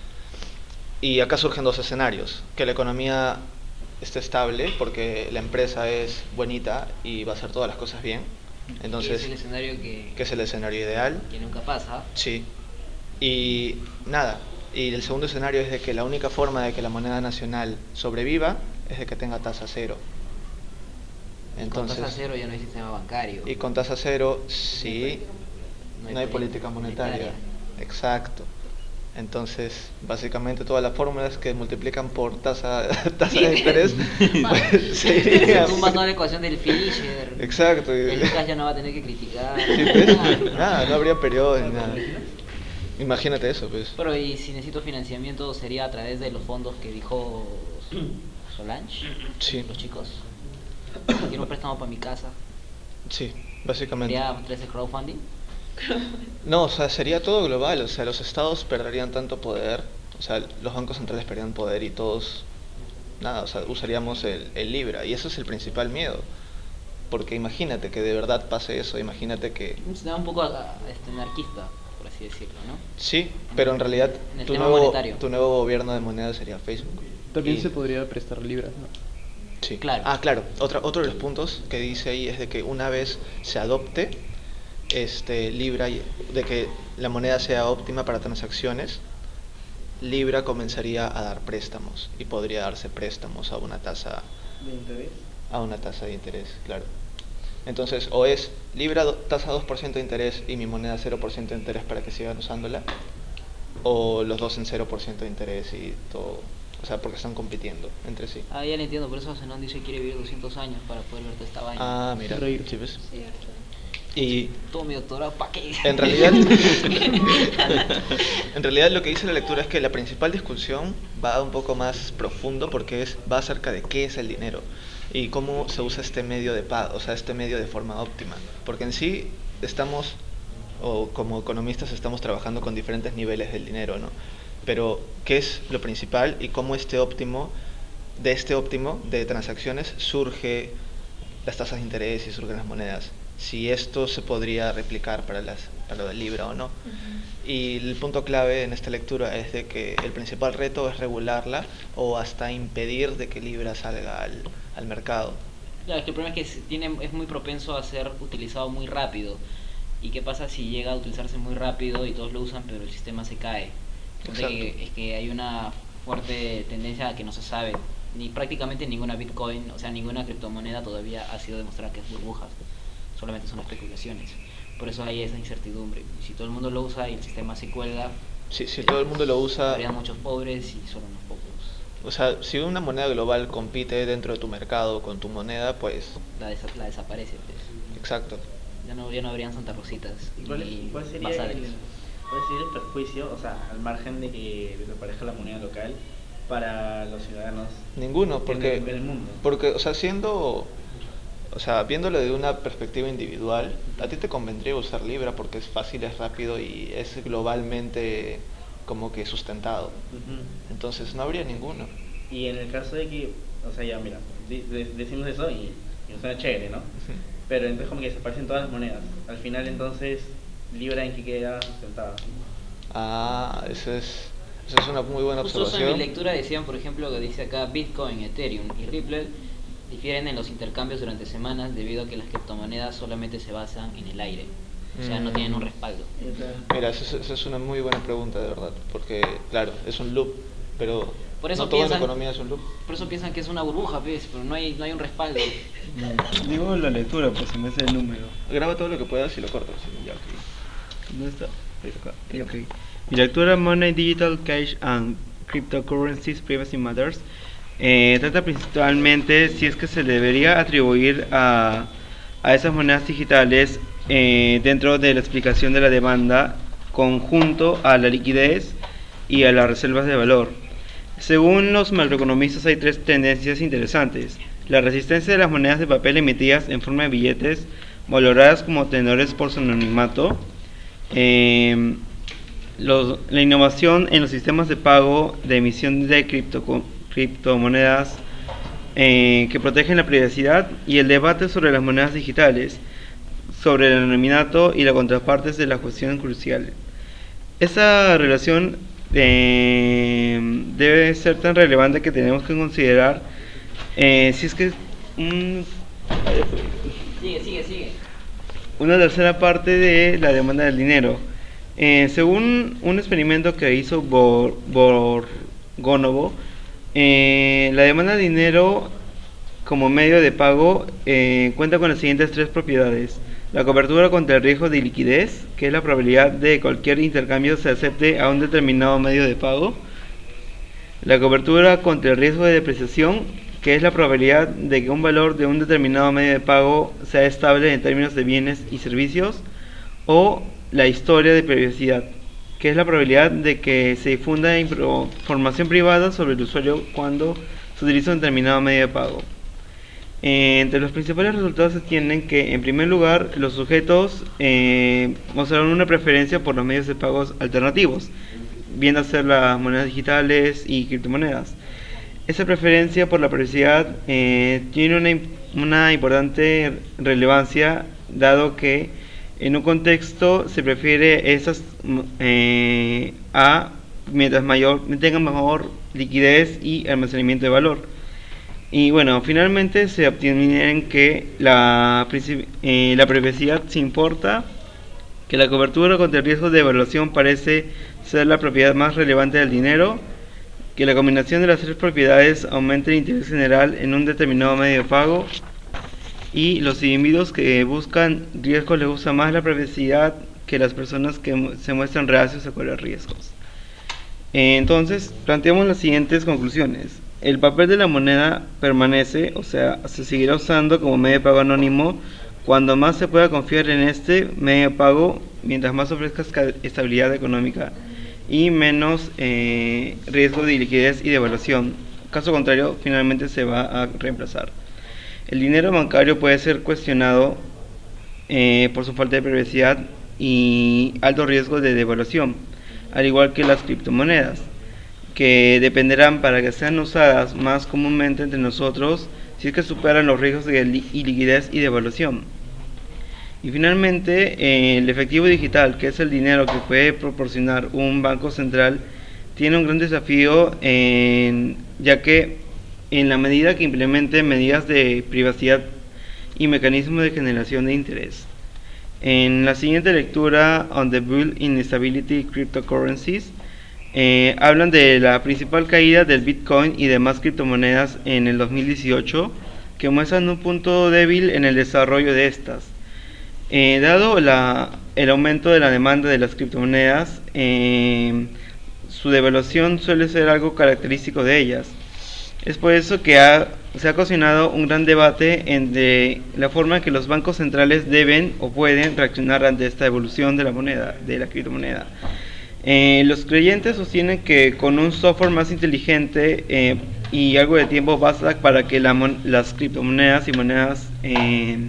Y acá surgen dos escenarios, que la economía esté estable porque la empresa es buenita y va a hacer todas las cosas bien. Entonces, es el escenario que, que es el escenario ideal. Que nunca pasa. Sí. Y nada, y el segundo escenario es de que la única forma de que la moneda nacional sobreviva es de que tenga tasa cero. Entonces, con tasa cero ya no hay sistema bancario. Y con tasa cero, sí, no hay, no hay política monetaria. monetaria. Exacto. Entonces, básicamente todas las fórmulas que multiplican por tasa, tasa de interés, pues, se irían. Un manual de ecuación del Fisher. Exacto. El Lucas ya no va a tener que criticar. Sí, pues, nada, no habría periodo ni nada. Imagínate eso, pues. Pero y si necesito financiamiento sería a través de los fondos que dijo Solange. Sí. Los chicos. Quiero un préstamo para mi casa. Sí, básicamente. ¿Sería tres de crowdfunding? No, o sea, sería todo global, o sea, los estados perderían tanto poder, o sea, los bancos centrales perderían poder y todos, nada, o sea, usaríamos el, el Libra, y eso es el principal miedo, porque imagínate que de verdad pase eso, imagínate que... Un sistema un poco este, anarquista, por así decirlo, ¿no? Sí, pero en realidad en tu, nuevo, tu nuevo gobierno de moneda sería Facebook. También y... se podría prestar Libras, ¿no? Sí, claro. Ah, claro, Otra, otro de los puntos que dice ahí es de que una vez se adopte este Libra, de que la moneda sea óptima para transacciones, Libra comenzaría a dar préstamos y podría darse préstamos a una tasa de interés. A una tasa de interés, claro. Entonces, o es Libra do, tasa dos por ciento de interés y mi moneda cero por ciento de interés para que sigan usándola, o los dos en cero por ciento de interés y todo, o sea, porque están compitiendo entre sí. Ah, ya le entiendo, por eso Zenón dice que quiere vivir doscientos años para poder verte esta vaina. Ah, mira, reír, ¿sí ves? Y todo mi doctorado, ¿para qué? En realidad, en realidad lo que dice la lectura es que la principal discusión va un poco más profundo porque es va acerca de qué es el dinero y cómo se usa este medio de pago, o sea, este medio de forma óptima. Porque en sí estamos, o como economistas estamos trabajando con diferentes niveles del dinero, ¿no? Pero ¿qué es lo principal y cómo este óptimo, de este óptimo de transacciones surge las tasas de interés y surgen las monedas? Si esto se podría replicar para, las, para lo del Libra o no. Uh-huh. Y el punto clave en esta lectura es de que el principal reto es regularla o hasta impedir de que Libra salga al, al mercado. Claro, es que el problema es que tiene, es muy propenso a ser utilizado muy rápido. ¿Y qué pasa si llega a utilizarse muy rápido y todos lo usan pero el sistema se cae? Entonces que, es que hay una fuerte tendencia a que no se sabe, ni prácticamente ninguna Bitcoin, o sea, ninguna criptomoneda todavía ha sido demostrada que es burbujas. Solamente son especulaciones. Por eso hay esa incertidumbre. Y si todo el mundo lo usa y el sistema se cuelga, Si, si todo el mundo lo usa, habría muchos pobres y solo unos pocos. o sea, si una moneda global compite dentro de tu mercado con tu moneda, pues, La, desa- la desaparece, pues. exacto. Ya no, ya no habrían Santa Rositas ¿Y cuál, es- ni cuál sería bazares. el, cuál sería el perjuicio, o sea, al margen de que desaparezca la moneda local, para los ciudadanos Ninguno, porque, en el, en el mundo? porque, o sea, siendo, o sea, viéndolo de una perspectiva individual, a ti te convendría usar Libra porque es fácil, es rápido y es globalmente como que sustentado. Ujú. Entonces no habría ninguno. Y en el caso de que, o sea, ya mira, de- de- decimos eso y, y nos suena chévere, ¿no? Pero entonces como que desaparecen todas las monedas. Al final entonces, Libra en que queda sustentada. Ah, eso es, eso es una muy buena Justo eso en mi observación. lectura decían, por ejemplo, que dice acá Bitcoin, Ethereum y Ripple difieren en los intercambios durante semanas debido a que las criptomonedas solamente se basan en el aire, o sea, no Mm. tienen un respaldo. Mira, eso, es- eso es una muy buena pregunta, de verdad, porque, claro, es un loop, pero Por eso no toda la piensan- economía es un loop. Por eso piensan que es una burbuja, pues, pero no hay, no hay un respaldo. Digo la lectura, pues en vez del número. Graba todo lo que puedas y lo cortas. y ya, ok. ¿Dónde está? Ahí acá. Sí, ok. Mi lectura Money, Digital Cash and Cryptocurrencies, Privacy Matters eh, trata principalmente si es que se debería atribuir a, a esas monedas digitales eh, dentro de la explicación de la demanda conjunto a la liquidez y a las reservas de valor. Según los macroeconomistas hay tres tendencias interesantes. La resistencia de las monedas de papel emitidas en forma de billetes, valoradas como tenedores por su anonimato, eh, los- la innovación en los sistemas de pago de emisión de cripto- criptomonedas eh, que protegen la privacidad y el debate sobre las monedas digitales, sobre el anonimato y las contrapartes de la cuestión crucial. Esa relación eh, debe ser tan relevante que tenemos que considerar eh, si es que un- Sigue, sigue, sigue. una tercera parte de la demanda del dinero. Eh, según un experimento que hizo Bor- Borgonovo, eh, la demanda de dinero como medio de pago eh, cuenta con las siguientes tres propiedades. La cobertura contra el riesgo de liquidez, que es la probabilidad de que cualquier intercambio se acepte a un determinado medio de pago. La cobertura contra el riesgo de depreciación, que es la probabilidad de que un valor de un determinado medio de pago sea estable en términos de bienes y servicios. O la historia de privacidad, que es la probabilidad de que se difunda impro- información privada sobre el usuario cuando se utiliza un determinado medio de pago. Eh, entre los principales resultados se tienen que, en primer lugar, los sujetos eh, mostraron una preferencia por los medios de pagos alternativos, viendo a ser las monedas digitales y criptomonedas. Esa preferencia por la privacidad eh, tiene una, im- una importante relevancia, dado que en un contexto se prefiere esas mm, eh, a mientras mayor tengan mejor liquidez y almacenamiento de valor. Y bueno, finalmente se obtienen que la, princip- eh, la privacidad se importa, que la cobertura contra el riesgo de evaluación parece ser la propiedad más relevante del dinero, que la combinación de las tres propiedades aumenta el interés general en un determinado medio de pago, y los individuos que buscan riesgos les gusta más la privacidad que las personas que mu- se muestran reacios a correr riesgos. Eh, Entonces, planteamos las siguientes conclusiones. El papel de la moneda permanece, o sea, se seguirá usando como medio de pago anónimo cuando más se pueda confiar en este medio de pago, mientras más ofrezca esca- estabilidad económica y menos eh, riesgo de liquidez y devaluación. Caso contrario, finalmente se va a reemplazar. El dinero bancario puede ser cuestionado eh, por su falta de privacidad y alto riesgo de devaluación, al igual que las criptomonedas, que dependerán para que sean usadas más comúnmente entre nosotros si es que superan los riesgos de li- y liquidez y devaluación. Y finalmente, eh, el efectivo digital, que es el dinero que puede proporcionar un banco central, tiene un gran desafío, en- ya que en la medida que implemente medidas de privacidad y mecanismos de generación de interés. En la siguiente lectura, On the Bull in Stability Cryptocurrencies, eh, hablan de la principal caída del Bitcoin y demás criptomonedas en el dos mil dieciocho, que muestran un punto débil en el desarrollo de estas. Eh, dado la, el aumento de la demanda de las criptomonedas, eh, su devaluación suele ser algo característico de ellas. Es por eso que ha, se ha ocasionado un gran debate entre la forma en que los bancos centrales deben o pueden reaccionar ante esta evolución de la moneda, de la criptomoneda. Eh, los creyentes sostienen que con un software más inteligente eh, y algo de tiempo basta para que la mon- las criptomonedas y monedas eh,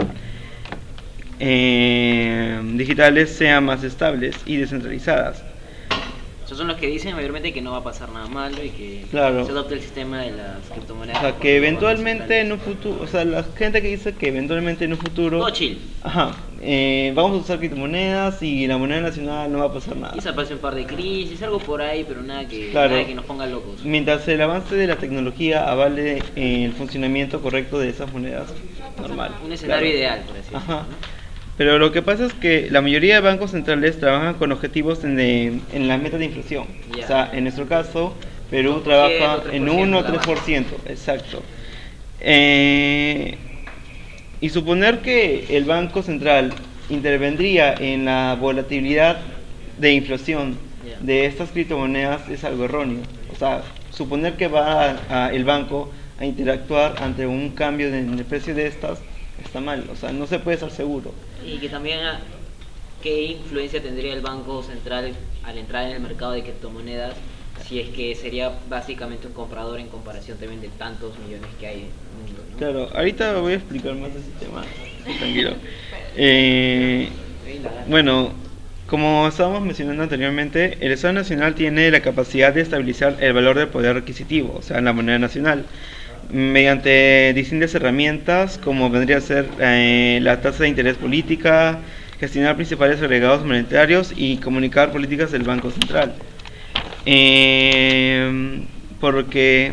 eh, digitales sean más estables y descentralizadas. Esos son los que dicen mayormente que no va a pasar nada malo y que Claro. se adopte el sistema de las criptomonedas. O sea, que eventualmente en un futuro, o sea, la gente que dice que eventualmente en un futuro, Todo chill. ajá, eh, vamos a usar criptomonedas y la moneda nacional no va a pasar nada. Quizá pase un par de crisis, algo por ahí, pero nada que, Claro. nada que nos ponga locos. Mientras el avance de la tecnología avale eh, el funcionamiento correcto de esas monedas, normal. Un escenario Claro. ideal, por así decirlo. Ajá. ¿no? Pero lo que pasa es que la mayoría de bancos centrales trabajan con objetivos en, de- en las metas de inflación. Ya. O sea, en nuestro caso, Perú dos por ciento, trabaja en tres por ciento uno o la tres por ciento, exacto. Eh, y suponer que el Banco Central intervendría en la volatilidad de inflación Ya. de estas criptomonedas es algo erróneo. O sea, suponer que va a- a el banco a interactuar ante un cambio de- en el precio de estas está mal. O sea, no se puede estar seguro. Y que también, ah, ¿qué influencia tendría el Banco Central al entrar en el mercado de criptomonedas si es que sería básicamente un comprador en comparación también de tantos millones que hay en el mundo? ¿no? Claro, ahorita voy a explicar más de ese tema. Tranquilo. Eh, bueno, como estábamos mencionando anteriormente, el Estado Nacional tiene la capacidad de estabilizar el valor del poder adquisitivo, o sea, la moneda nacional, mediante distintas herramientas como vendría a ser eh, la tasa de interés política, gestionar principales agregados monetarios y comunicar políticas del Banco Central. Eh, porque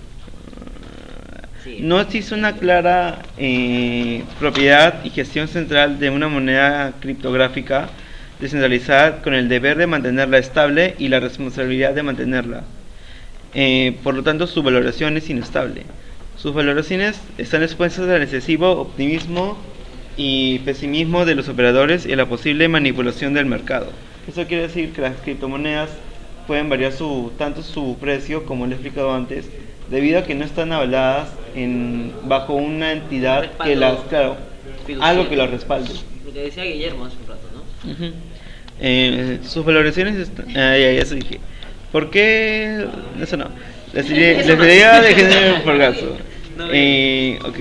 Sí. no existe una clara eh, propiedad y gestión central de una moneda criptográfica descentralizada con el deber de mantenerla estable y la responsabilidad de mantenerla. Eh, por lo tanto, su valoración es inestable. Sus valoraciones están expuestas al excesivo optimismo y pesimismo de los operadores y a la posible manipulación del mercado. Eso quiere decir que las criptomonedas pueden variar su, tanto su precio, como le he explicado antes, debido a que no están avaladas en, bajo una entidad Respaldo que las, claro, fiduciario. algo que las respalde. Lo que decía Guillermo hace un rato, ¿no? Ujú. Eh, sus valoraciones están... Ah, ya, ya eso dije. ¿Por qué? Eso no. Les diré, Eso les no. diría de género por caso. No, Eh, ok.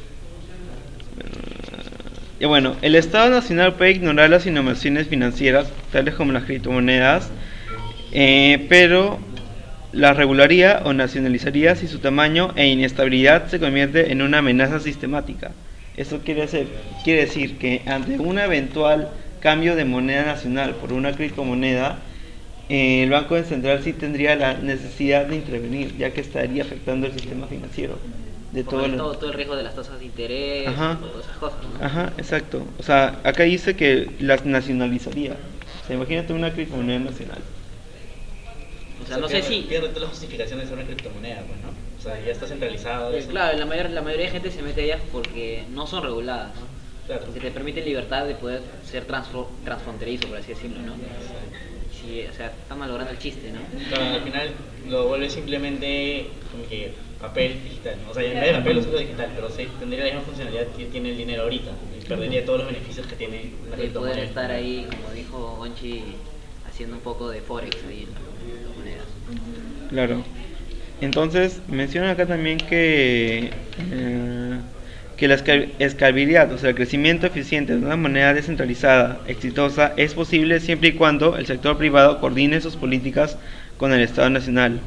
Y bueno, el Estado Nacional puede ignorar las innovaciones financieras, tales como las criptomonedas, eh, pero las regularía o nacionalizaría si su tamaño e inestabilidad se convierte en una amenaza sistemática. Eso quiere, ser, quiere decir que ante un eventual cambio de moneda nacional por una criptomoneda, eh, el Banco Central sí tendría la necesidad de intervenir, ya que estaría afectando el sistema financiero de Por todo el- el... todo, todo el riesgo de las tasas de interés, Ajá. todas esas cosas, ¿no? Ajá, exacto. O sea, acá dice que las nacionalizaría. O sea, imagínate una criptomoneda nacional. O sea, no sé pierde, si... pierde toda la justificación de ser una criptomoneda, pues, ¿no? O sea, ya está centralizado. Eh, eso- Claro, la, mayor, la mayoría de gente se mete a ellas porque no son reguladas, ¿no? Claro. Porque te permite libertad de poder ser transfro- transfronterizo, por así decirlo, ¿no? Sí, o sea, está malogrando el chiste, ¿no? Claro, al final lo vuelve simplemente como que papel digital, ¿no? O sea, en vez de papel lo usa digital, pero sí, tendría la misma funcionalidad que tiene el dinero ahorita y perdería todos los beneficios que tiene la De poder criptomoneda. estar ahí, como dijo Gonchi, haciendo un poco de forex ahí en las monedas. Claro. Entonces, menciona acá también que, eh, que la escal- escalabilidad, o sea, el crecimiento eficiente de una moneda descentralizada, exitosa, es posible siempre y cuando el sector privado coordine sus políticas con el Estado Nacional.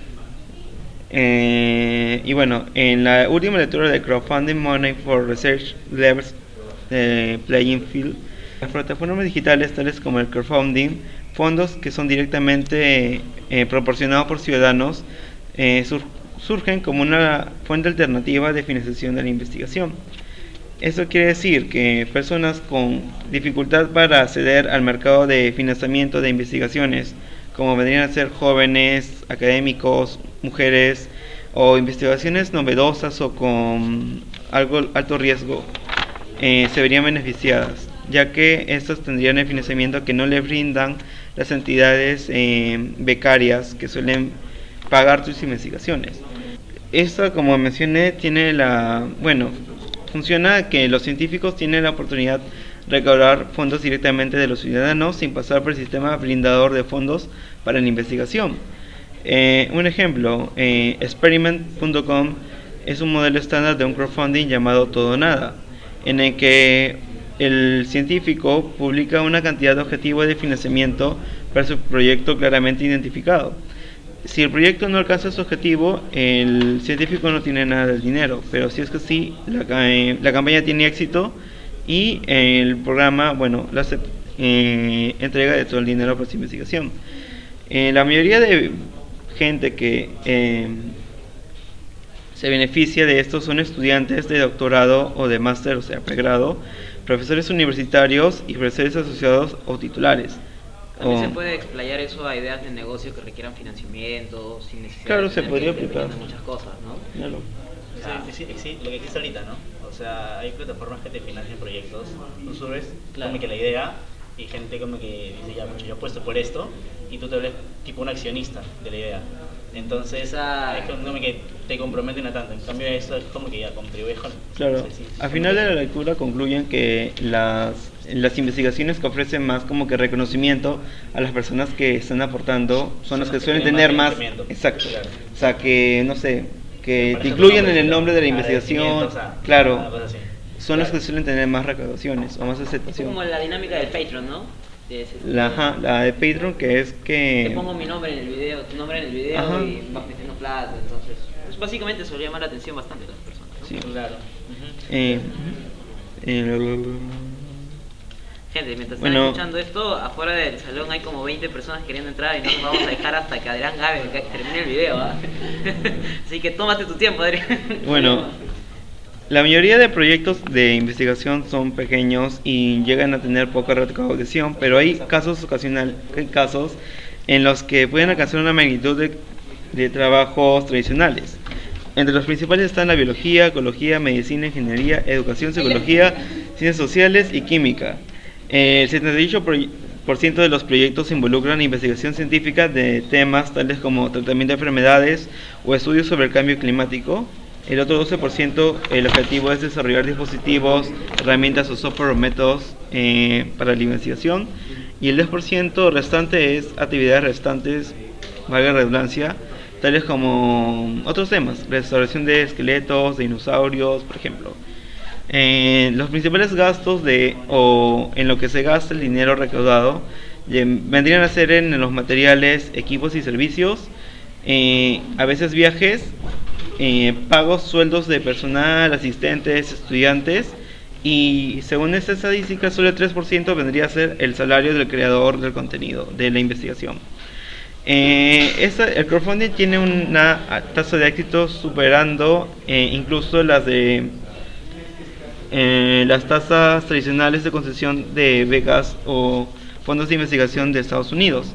Eh, y bueno, en la última lectura de Crowdfunding Money for Research Levels eh, Playing Field, las plataformas digitales tales como el crowdfunding, fondos que son directamente eh, proporcionados por ciudadanos, eh, sur- surgen como una fuente alternativa de financiación de la investigación. Esto quiere decir que personas con dificultad para acceder al mercado de financiamiento de investigaciones, como vendrían a ser jóvenes, académicos, mujeres, o investigaciones novedosas o con algo alto riesgo, eh, se verían beneficiadas. ya que estos tendrían el financiamiento que no le brindan las entidades eh, becarias que suelen pagar sus investigaciones. Esta, como mencioné, tiene la, bueno, funciona que los científicos tienen la oportunidad de recaudar fondos directamente de los ciudadanos sin pasar por el sistema brindador de fondos para la investigación. Eh, un ejemplo, eh, experiment punto com es un modelo estándar de un crowdfunding llamado Todo o Nada, en el que el científico publica una cantidad de objetivo de financiamiento para su proyecto claramente identificado. Si el proyecto no alcanza su objetivo, el científico no tiene nada del dinero, pero si es que sí, la, eh, la campaña tiene éxito y el programa, bueno, la eh, entrega de todo el dinero para su investigación. Eh, la mayoría de gente que eh, se beneficia de esto son estudiantes de doctorado o de máster, o sea, pregrado, profesores universitarios y profesores asociados o titulares. También o, se puede explayar eso a ideas de negocio que requieran financiamiento, sin necesidad claro, de se tener podría que aplicar depender de muchas cosas, ¿no? Claro. Sí, sí, sí, lo que existe ahorita, ¿no? O sea, hay plataformas que te financian proyectos, tú subes Claro. como que la idea y gente como que dice, ya, mucho, yo apuesto por esto y tú te vuelves tipo un accionista de la idea. Entonces, Esa- es como que te comprometen a tanto. En cambio, eso es como que ya contribuyes con... Claro, no sé, sí, al sí, final sí. de la lectura concluyen que las, las investigaciones que ofrecen más como que reconocimiento a las personas que están aportando son las que suelen tienen tener más más, reconocimiento. exacto, Claro. o sea que, no sé, que te Aparece tu incluyen en nombre, el nombre de la agradecimiento, investigación, o sea, claro, una cosa así. son las Claro. que suelen tener más recaudaciones o más Es aceptación. como la dinámica del Patreon, ¿no? De ese- La, ajá, la de Patreon, que es Te que... pongo mi nombre en el video, tu nombre en el video Ajá. y vas metiendo plata, entonces... Pues básicamente eso llama la atención bastante de las personas, ¿no? Sí. Claro. Ujú. eh, eh, Gente, mientras Bueno. están escuchando esto, afuera del salón hay como veinte personas queriendo entrar y no nos vamos a dejar hasta que Adrián Gabe que termine el video, ¿ah? Así que tómate tu tiempo, Adrián. Bueno, la mayoría de proyectos de investigación son pequeños y llegan a tener poca recaudación, pero hay casos ocasionales, hay casos en los que pueden alcanzar una magnitud de, de trabajos tradicionales. Entre los principales están la biología, ecología, medicina, ingeniería, educación, psicología, ciencias sociales y química. El setenta y ocho por ciento de los proyectos involucran investigación científica de temas tales como tratamiento de enfermedades o estudios sobre el cambio climático. El otro doce por ciento, el objetivo es desarrollar dispositivos, herramientas o software o métodos eh, para la investigación. Y el diez por ciento restante es actividades restantes, valga la redundancia, tales como otros temas, restauración de esqueletos, de dinosaurios, por ejemplo. Eh, los principales gastos de o en lo que se gasta el dinero recaudado eh, vendrían a ser en los materiales, equipos y servicios, eh, a veces viajes, eh, pagos, sueldos de personal, asistentes, estudiantes, y según esta estadística solo el tres por ciento vendría a ser el salario del creador del contenido, de la investigación. Eh, esta, el crowdfunding tiene una tasa de éxito superando eh, incluso las de eh, las tasas tradicionales de concesión de becas o fondos de investigación de Estados Unidos.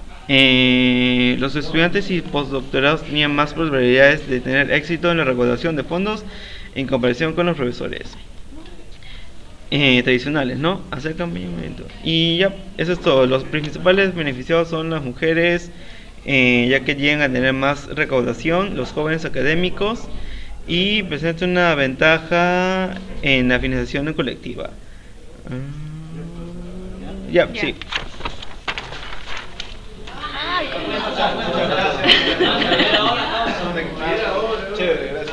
Eh, los estudiantes y postdoctorados tenían más probabilidades de tener éxito en la recaudación de fondos en comparación con los profesores eh, tradicionales, ¿no? Hacer campaña y movimiento. Y ya, eso es todo. Los principales beneficiados son las mujeres, eh, ya que llegan a tener más recaudación, los jóvenes académicos, y presenta una ventaja en la financiación colectiva. Ah, ya, Ya. sí. Ay, cómo me